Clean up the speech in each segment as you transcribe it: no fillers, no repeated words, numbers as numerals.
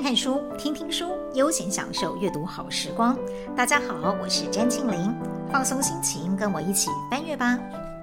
看书，听听书，悠闲享受阅读好时光。大家好，我是詹庆玲，放松心情，跟我一起翻阅吧。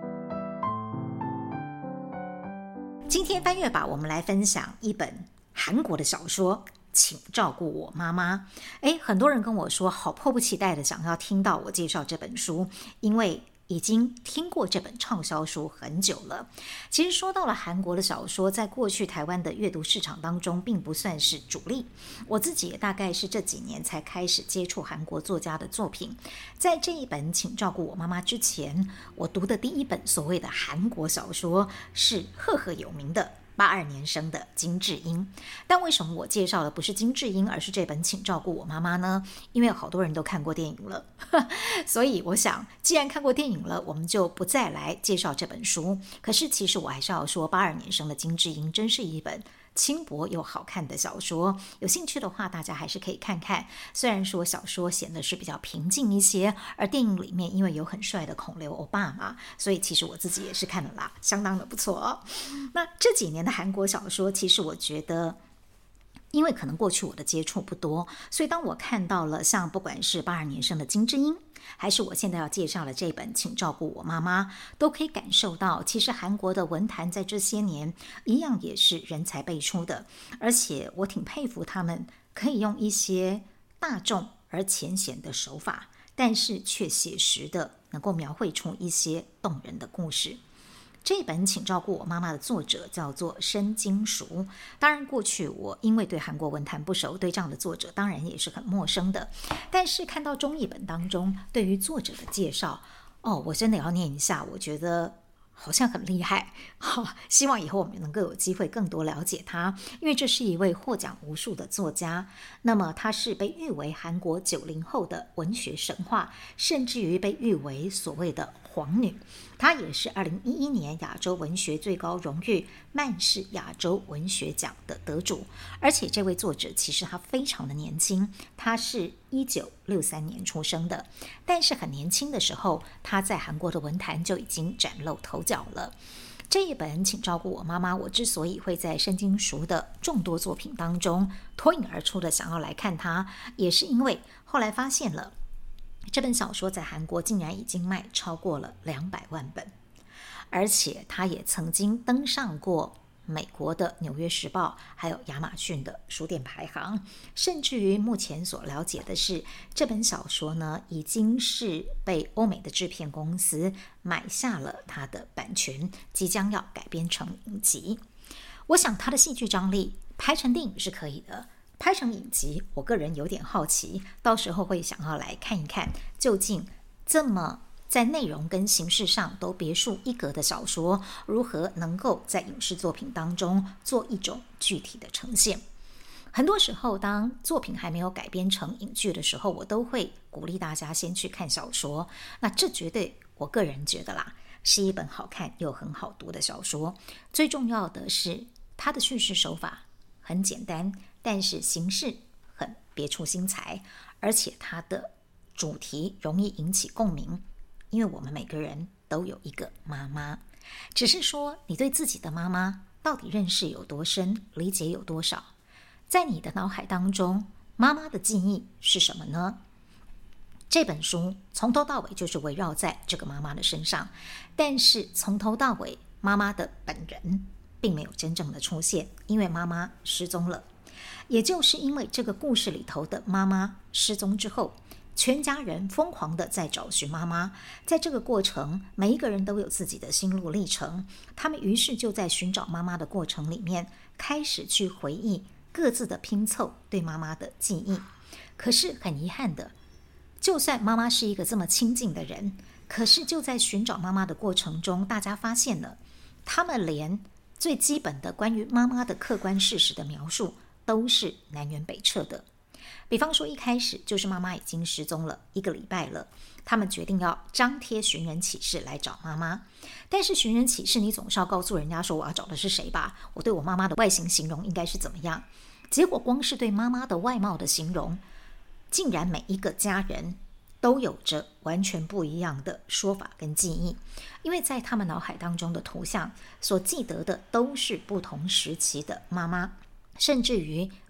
今天翻阅吧，我们来分享一本韩国的小说，请照顾我妈妈。很多人跟我说，好迫不及待的想要听到我介绍这本书，因为已经听过这本畅销书很久了。其实说到了韩国的小说，在过去台湾的阅读市场当中并不算是主力，我自己也大概是这几年才开始接触韩国作家的作品。在这一本请照顾我妈妈之前，我读的第一本所谓的韩国小说是赫赫有名的82年生的金智英。但为什么我介绍的不是金智英，而是这本请照顾我妈妈呢？因为好多人都看过电影了所以我想既然看过电影了，我们就不再来介绍这本书。可是其实我还是要说82年生的金智英真是一本轻薄又好看的小说，有兴趣的话大家还是可以看看。虽然说小说显得是比较平静一些，而电影里面因为有很帅的孔刘欧巴嘛，所以其实我自己也是看了啦，相当的不错哦。那这几年的韩国小说，其实我觉得因为可能过去我的接触不多，所以当我看到了像不管是82年生的金智英，还是我现在要介绍的这本请照顾我妈妈，都可以感受到其实韩国的文坛在这些年一样也是人才辈出的。而且我挺佩服他们可以用一些大众而浅显的手法，但是却写实的能够描绘出一些动人的故事。这本请照顾我妈妈的作者叫做申京淑，当然过去我因为对韩国文坛不熟，对这样的作者当然也是很陌生的。但是看到中译本当中对于作者的介绍，我真的要念一下，我觉得好像很厉害希望以后我们能够有机会更多了解他，因为这是一位获奖无数的作家。那么他是被誉为韩国90后的文学神话，甚至于被誉为所谓的皇女。她也是2011年亚洲文学最高荣誉曼氏亚洲文学奖的得主。而且这位作者其实他非常的年轻，他是1963年出生的，但是很年轻的时候他在韩国的文坛就已经崭露头角了。这一本请照顾我妈妈，我之所以会在申京淑的众多作品当中脱颖而出的想要来看它，也是因为后来发现了这本小说在韩国竟然已经卖超过了200万本，而且它也曾经登上过美国的纽约时报还有亚马逊的书店排行，甚至于目前所了解的是，这本小说呢已经是被欧美的制片公司买下了它的版权，即将要改编成影集。我想它的戏剧张力拍成电影是可以的，拍成影集我个人有点好奇，到时候会想要来看一看究竟这么在内容跟形式上都别树一格的小说，如何能够在影视作品当中做一种具体的呈现。很多时候当作品还没有改编成影剧的时候，我都会鼓励大家先去看小说，那这绝对我个人觉得啦，是一本好看又很好读的小说。最重要的是它的叙事手法很简单，但是形式很别出心裁，而且它的主题容易引起共鸣，因为我们每个人都有一个妈妈，只是说你对自己的妈妈到底认识有多深，理解有多少。在你的脑海当中，妈妈的记忆是什么呢？这本书从头到尾就是围绕在这个妈妈的身上，但是从头到尾妈妈的本人并没有真正的出现，因为妈妈失踪了。也就是因为这个故事里头的妈妈失踪之后，全家人疯狂的在找寻妈妈。在这个过程，每一个人都有自己的心路历程，他们于是就在寻找妈妈的过程里面开始去回忆各自的拼凑对妈妈的记忆。可是很遗憾的，就算妈妈是一个这么亲近的人，可是就在寻找妈妈的过程中，大家发现了他们连最基本的关于妈妈的客观事实的描述都是南辕北辙的。比方说一开始就是妈妈已经失踪了1个礼拜了，他们决定要张贴寻人启事来找妈妈。但是寻人启事你总是要告诉人家说我要找的是谁吧，我对我妈妈的外形形容应该是怎么样。结果光是对妈妈的外貌的形容，竟然每一个家人都有着完全不一样的说法跟记忆，因为在他们脑海当中的图像所记得的都是不同时期的妈妈，甚至于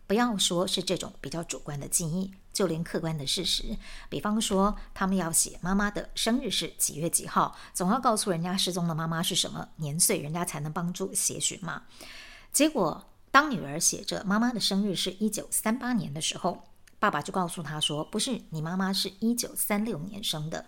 不要说是这种比较主观的记忆，就连客观的事实，比方说他们要写妈妈的生日是几月几号，总要告诉人家失踪的妈妈是什么年岁，人家才能帮助协寻嘛。结果当女儿写着妈妈的生日是1938年的时候，爸爸就告诉她说，不是，你妈妈是1936年生的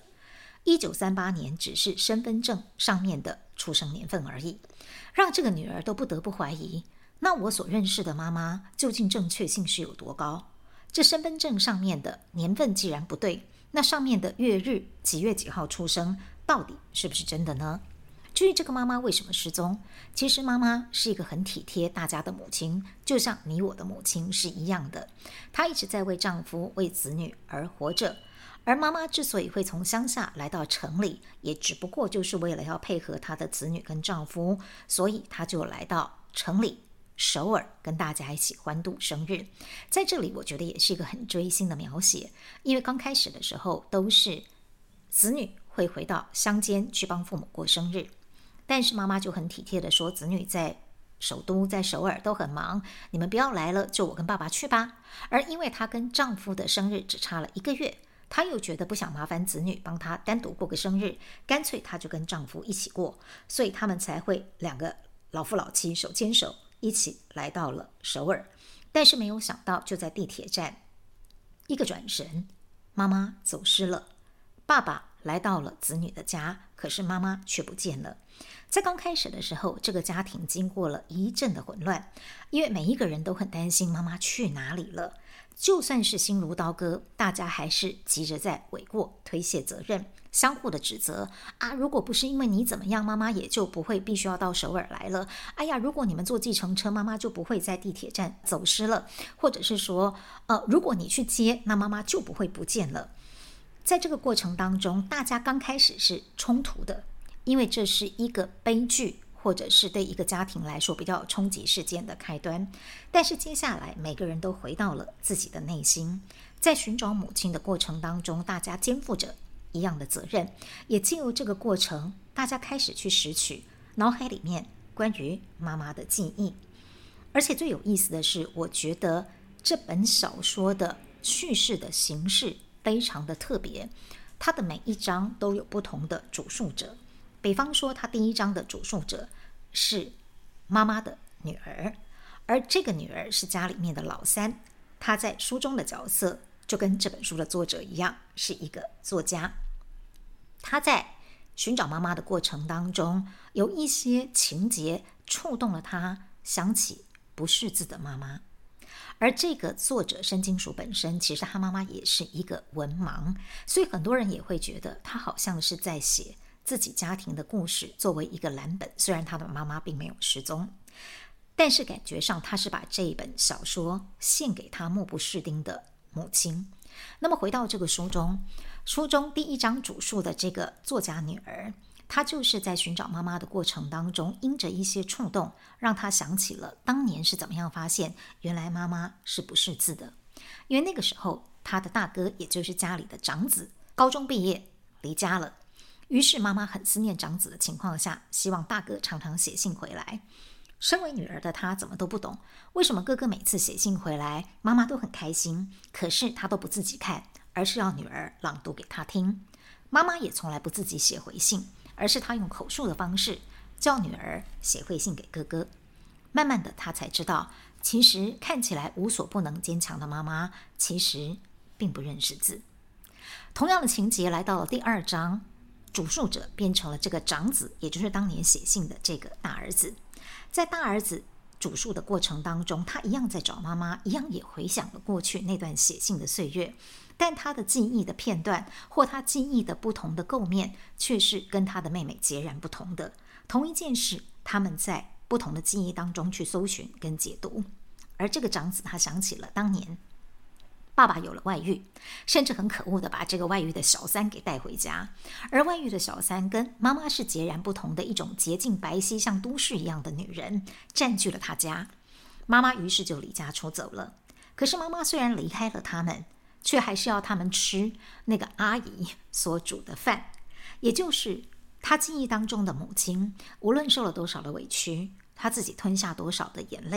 ，1938年只是身份证上面的出生年份而已，让这个女儿都不得不怀疑，那我所认识的妈妈究竟正确性是有多高？这身份证上面的年份既然不对，那上面的月日几月几号出生到底是不是真的呢？至于这个妈妈为什么失踪，其实妈妈是一个很体贴大家的母亲，就像你我的母亲是一样的，她一直在为丈夫为子女而活着。而妈妈之所以会从乡下来到城里，也只不过就是为了要配合她的子女跟丈夫，所以她就来到城里首尔跟大家一起欢度生日。在这里我觉得也是一个很追星的描写，因为刚开始的时候都是子女会回到乡间去帮父母过生日，但是妈妈就很体贴的说，子女在首都在首尔都很忙，你们不要来了，就我跟爸爸去吧。而因为她跟丈夫的生日只差了1个月，她又觉得不想麻烦子女帮她单独过个生日，干脆她就跟丈夫一起过，所以他们才会2个老夫老妻手牵手一起来到了首尔。但是没有想到，就在地铁站一个转身，妈妈走失了，爸爸来到了子女的家，可是妈妈却不见了。在刚开始的时候，这个家庭经过了一阵的混乱，因为每一个人都很担心妈妈去哪里了。就算是心如刀割，大家还是急着在诿过推卸责任，相互的指责啊，如果不是因为你怎么样，妈妈也就不会必须要到首尔来了。哎呀，如果你们坐计程车，妈妈就不会在地铁站走失了。或者是说如果你去接，那妈妈就不会不见了。在这个过程当中，大家刚开始是冲突的，因为这是一个悲剧，或者是对一个家庭来说比较冲击事件的开端。但是接下来每个人都回到了自己的内心，在寻找母亲的过程当中，大家肩负着一样的责任，也进入这个过程，大家开始去拾取脑海里面关于妈妈的记忆。而且最有意思的是，我觉得这本小说的叙事的形式非常的特别，它的每一章都有不同的主述者。比方说，它第1章的主述者是妈妈的女儿，而这个女儿是家里面的老三，她在书中的角色就跟这本书的作者一样，是一个作家。她在寻找妈妈的过程当中，有一些情节触动了她，想起不识字的妈妈。而这个作者申京署本身，其实他妈妈也是一个文盲，所以很多人也会觉得他好像是在写自己家庭的故事作为一个蓝本，虽然他的妈妈并没有失踪，但是感觉上他是把这一本小说献给他目不识丁的母亲。那么回到这个书中第1章主述的这个作家女儿，她就是在寻找妈妈的过程当中，因着一些触动，让她想起了当年是怎么样发现原来妈妈是不识字的。因为那个时候她的大哥，也就是家里的长子，高中毕业离家了，于是妈妈很思念长子的情况下，希望大哥常常写信回来。身为女儿的她怎么都不懂，为什么哥哥每次写信回来，妈妈都很开心，可是她都不自己看，而是要女儿朗读给她听。妈妈也从来不自己写回信，而是她用口述的方式叫女儿写回信给哥哥。慢慢的，她才知道，其实看起来无所不能坚强的妈妈，其实并不认识字。同样的情节来到了第2章，主述者变成了这个长子，也就是当年写信的这个大儿子。在大儿子主述的过程当中，他一样在找妈妈，一样也回想了过去那段写信的岁月，但他的记忆的片段或他记忆的不同的构面，却是跟他的妹妹截然不同的。同一件事，他们在不同的记忆当中去搜寻跟解读。而这个长子他想起了当年爸爸有了外遇，甚至很可恶的把这个外遇的小三给带回家，而外遇的小三跟妈妈是截然不同的一种洁净白皙像都市一样的女人，占据了他家。妈妈于是就离家出走了。可是妈妈虽然离开了他们，却还是要他们吃那个阿姨所煮的饭，也就是她记忆当中的母亲，无论受了多少的委屈，她自己吞下多少的眼泪，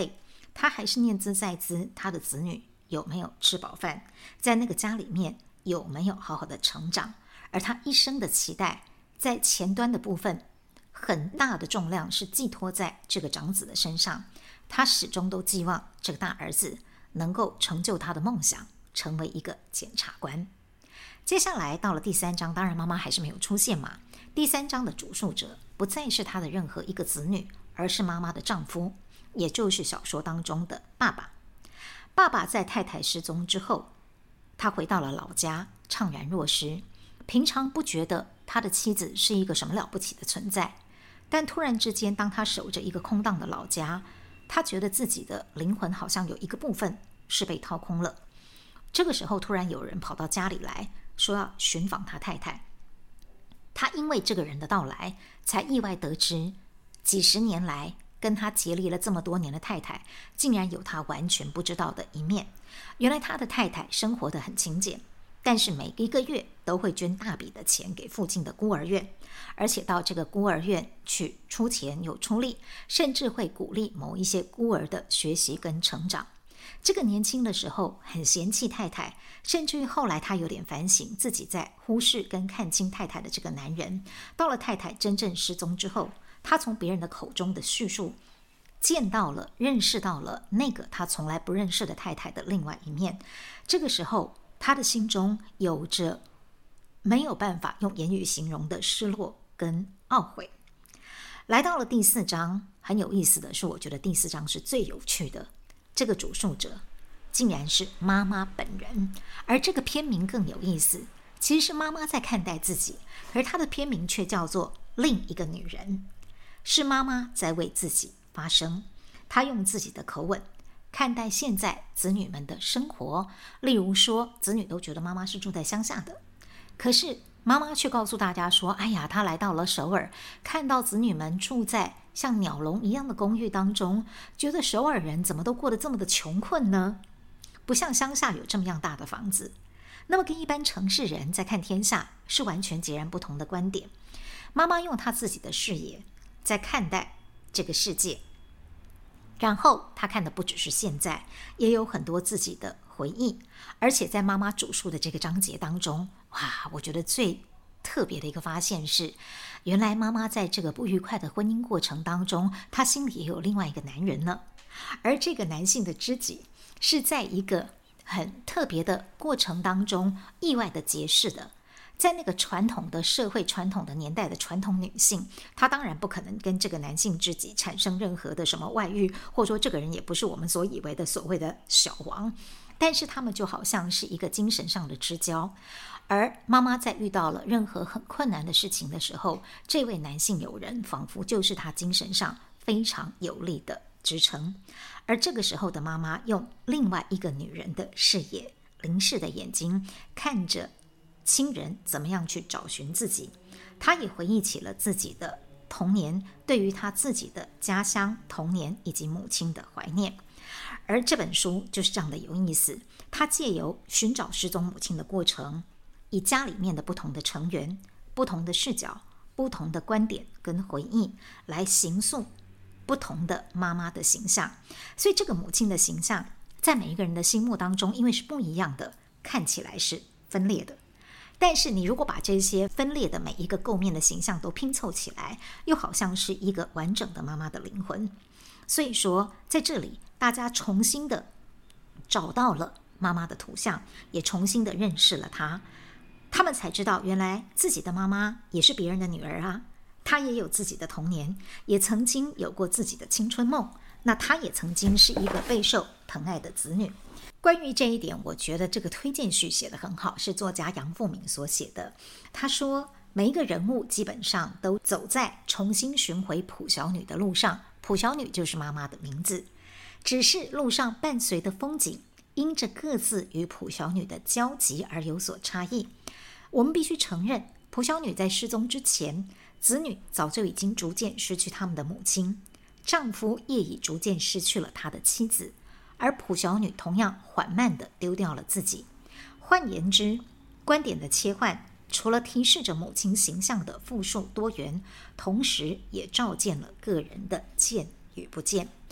他还是念兹在兹他的子女有没有吃饱饭，在那个家里面有没有好好的成长。而他一生的期待，在前端的部分很大的重量是寄托在这个长子的身上，他始终都寄望这个大儿子能够成就他的梦想，成为一个检察官。接下来到了第3章，当然妈妈还是没有出现嘛。第3章的主述者不再是他的任何一个子女，而是妈妈的丈夫，也就是小说当中的爸爸。爸爸在太太失踪之后，他回到了老家，怅然若失。平常不觉得他的妻子是一个什么了不起的存在，但突然之间，当他守着一个空荡的老家，他觉得自己的灵魂好像有一个部分是被掏空了。这个时候，突然有人跑到家里来说要寻访他太太。他因为这个人的到来，才意外得知几十年来跟他结离了这么多年的太太，竟然有他完全不知道的一面。原来他的太太生活得很勤俭，但是每一个月都会捐大笔的钱给附近的孤儿院，而且到这个孤儿院去出钱又出力，甚至会鼓励某一些孤儿的学习跟成长。这个年轻的时候很嫌弃太太，甚至于后来他有点反省自己在忽视跟看轻太太的这个男人。到了太太真正失踪之后，他从别人的口中的叙述见到了、认识到了那个他从来不认识的太太的另外一面。这个时候他的心中有着没有办法用言语形容的失落跟懊悔。来到了第4章，很有意思的是，我觉得第4章是最有趣的。这个主述者竟然是妈妈本人，而这个片名更有意思，其实是妈妈在看待自己，而她的片名却叫做另一个女人，是妈妈在为自己发声。她用自己的口吻看待现在子女们的生活，例如说，子女都觉得妈妈是住在乡下的，可是妈妈却告诉大家说，哎呀，她来到了首尔，看到子女们住在像鸟笼一样的公寓当中，觉得首尔人怎么都过得这么的穷困呢？不像乡下有这么样大的房子。那么跟一般城市人在看天下是完全截然不同的观点。妈妈用她自己的视野在看待这个世界，然后她看的不只是现在，也有很多自己的回忆。而且在妈妈主述的这个章节当中，哇，我觉得最特别的一个发现是，原来妈妈在这个不愉快的婚姻过程当中，她心里也有另外一个男人呢。而这个男性的知己是在一个很特别的过程当中意外的结识的。在那个传统的社会、传统的年代的传统女性，她当然不可能跟这个男性知己产生任何的什么外遇，或者说这个人也不是我们所以为的所谓的小王，但是他们就好像是一个精神上的知交。而妈妈在遇到了任何很困难的事情的时候，这位男性友人仿佛就是她精神上非常有力的支撑。而这个时候的妈妈用另外一个女人的视野、凝视的眼睛看着亲人怎么样去找寻自己。她也回忆起了自己的童年，对于她自己的家乡、童年以及母亲的怀念。而这本书就是这样的有意思，她借由寻找失踪母亲的过程，以家里面的不同的成员、不同的视角、不同的观点跟回忆来形塑不同的妈妈的形象。所以这个母亲的形象在每一个人的心目当中，因为是不一样的，看起来是分裂的。但是你如果把这些分裂的每一个构面的形象都拼凑起来，又好像是一个完整的妈妈的灵魂。所以说在这里大家重新的找到了妈妈的图像，也重新的认识了她。他们才知道原来自己的妈妈也是别人的女儿啊，她也有自己的童年，也曾经有过自己的青春梦，那她也曾经是一个备受疼爱的子女。关于这一点，我觉得这个推荐序写得很好，是作家杨富敏所写的。他说每一个人物基本上都走在重新寻回朴小女的路上，朴小女就是妈妈的名字，只是路上伴随的风景因着各自与朴小女的交集而有所差异。我们必须承认，朴小女在失踪之前，子女早就已经逐渐失去他们的母亲，丈夫也已逐渐失去了他的妻子，而朴小女同样缓慢地丢掉了自己。换言之，观点的切换除了提示着母亲形象的复数多元，同时也照见了个人的见与不见。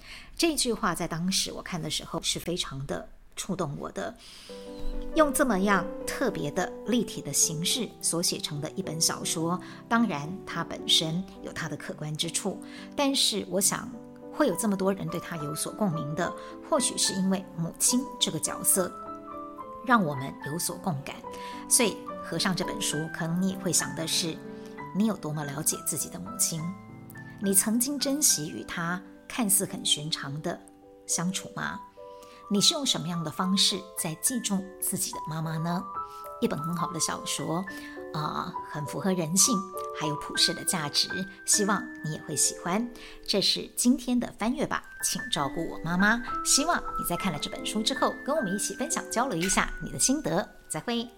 这句话在当时我看的时候是非常的触动我的。用这么样特别的立体的形式所写成的一本小说，当然它本身有它的可观之处，但是我想会有这么多人对它有所共鸣的，或许是因为母亲这个角色让我们有所共感。所以合上这本书，可能你也会想的是，你有多么了解自己的母亲？你曾经珍惜与她看似很寻常的相处吗？你是用什么样的方式在记住自己的妈妈呢？一本很好的小说，很符合人性，还有普世的价值，希望你也会喜欢。这是今天的翻阅吧，请照顾我妈妈。希望你在看了这本书之后，跟我们一起分享交流一下你的心得。再会。